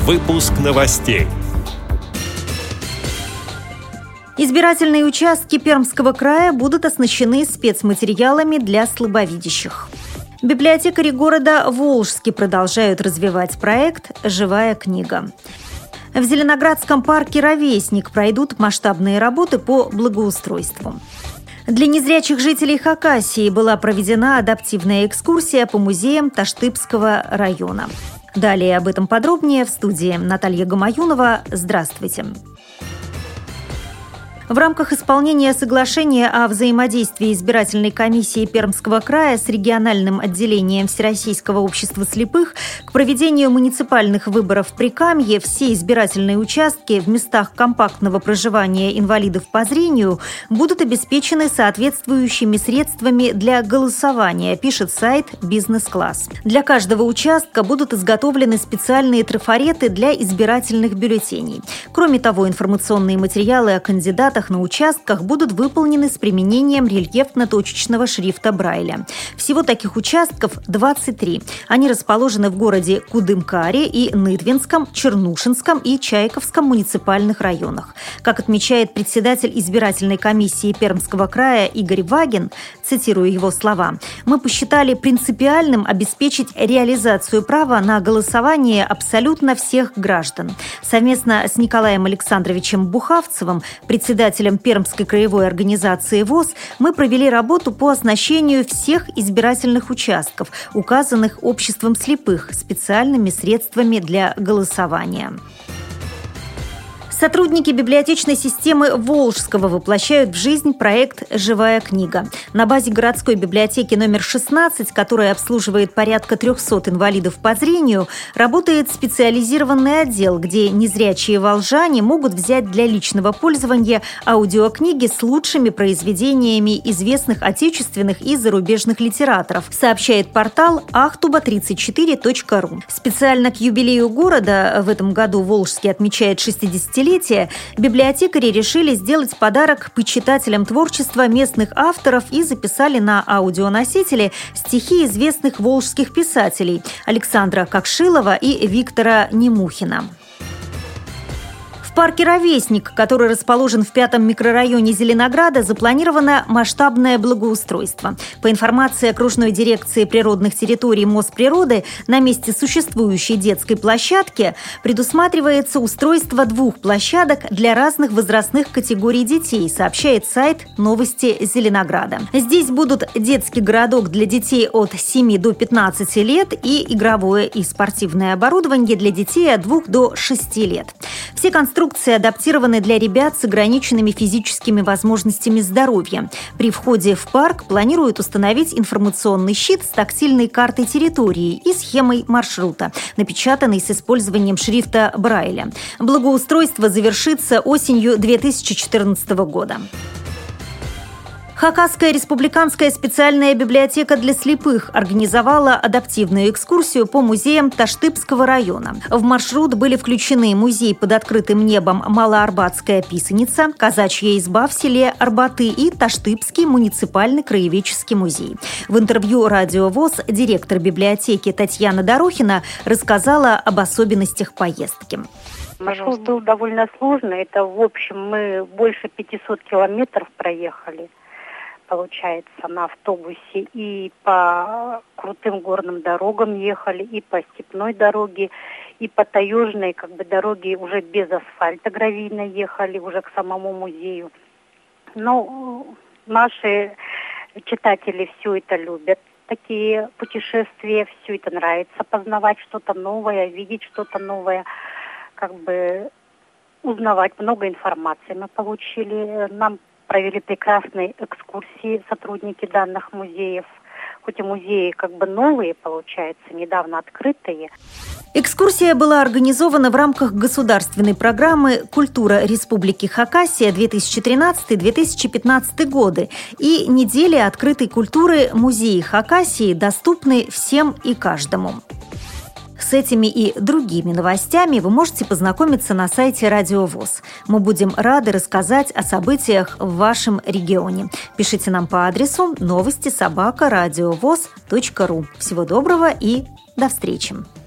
Выпуск новостей. Избирательные участки Пермского края будут оснащены спецматериалами для слабовидящих. Библиотекари города Волжский продолжают развивать проект «Живая книга». В Зеленоградском парке «Ровесник» пройдут масштабные работы по благоустройству. Для незрячих жителей Хакасии была проведена адаптивная экскурсия по музеям Таштыбского района. Далее об этом подробнее в студии Наталья Гамаюнова. Здравствуйте. В рамках исполнения соглашения о взаимодействии избирательной комиссии Пермского края с региональным отделением Всероссийского общества слепых к проведению муниципальных выборов в Прикамье все избирательные участки в местах компактного проживания инвалидов по зрению будут обеспечены соответствующими средствами для голосования, пишет сайт «Бизнес-класс». Для каждого участка будут изготовлены специальные трафареты для избирательных бюллетеней. Кроме того, информационные материалы о кандидатах на участках будут выполнены с применением рельефно-точечного шрифта Брайля. Всего таких участков 23. Они расположены в городе Кудымкаре и Нытвенском, Чернушинском и Чайковском муниципальных районах. Как отмечает председатель избирательной комиссии Пермского края Игорь Вагин, цитирую его слова, «Мы посчитали принципиальным обеспечить реализацию права на голосование абсолютно всех граждан». Совместно с Николаем Александровичем Бухавцевым, председателем Пермской краевой организации ВОС, мы провели работу по оснащению всех избирательных участков, указанных обществом слепых, специальными средствами для голосования. Сотрудники библиотечной системы Волжского воплощают в жизнь проект «Живая книга». На базе городской библиотеки номер 16, которая обслуживает порядка 300 инвалидов по зрению, работает специализированный отдел, где незрячие волжане могут взять для личного пользования аудиокниги с лучшими произведениями известных отечественных и зарубежных литераторов, сообщает портал achtuba34.ru. Специально к юбилею города, в этом году Волжский отмечает 60-летие, библиотекари решили сделать подарок почитателям творчества местных авторов и записали на аудионосители стихи известных волжских писателей Александра Кокшилова и Виктора Немухина. В парке «Ровесник», который расположен в 5-м микрорайоне Зеленограда, запланировано масштабное благоустройство. По информации окружной дирекции природных территорий Мосприроды, на месте существующей детской площадки предусматривается устройство 2 площадок для разных возрастных категорий детей, сообщает сайт «Новости Зеленограда». Здесь будут детский городок для детей от 7 до 15 лет и игровое и спортивное оборудование для детей от 2 до 6 лет. Все конструкции адаптированы для ребят с ограниченными физическими возможностями здоровья. При входе в парк планируют установить информационный щит с тактильной картой территории и схемой маршрута, напечатанной с использованием шрифта Брайля. Благоустройство завершится осенью 2014 года. Хакасская республиканская специальная библиотека для слепых организовала адаптивную экскурсию по музеям Таштыбского района. В маршрут были включены музей под открытым небом «Малоарбатская писаница», казачья изба в селе Арбаты и Таштыбский муниципальный краеведческий музей. В интервью «Радио ВОС» директор библиотеки Татьяна Дорохина рассказала об особенностях поездки. Маршрут был довольно сложный. Это, в общем, мы больше 500 километров проехали, получается, на автобусе, и по крутым горным дорогам ехали, и по степной дороге, и по таежной дороге уже без асфальта гравийной ехали уже к самому музею. Но наши читатели все это любят, такие путешествия, все это нравится, познавать что-то новое, видеть что-то новое, узнавать много информации мы получили. Нам провели прекрасные экскурсии сотрудники данных музеев. Хоть и музеи новые, получается, недавно открытые. Экскурсия была организована в рамках государственной программы «Культура Республики Хакасия 2013-2015 годы» и недели открытой культуры музеи Хакасии доступны всем и каждому. С этими и другими новостями вы можете познакомиться на сайте Радио ВОС. Мы будем рады рассказать о событиях в вашем регионе. Пишите нам по адресу новости@радиовос.ру. Всего доброго и до встречи!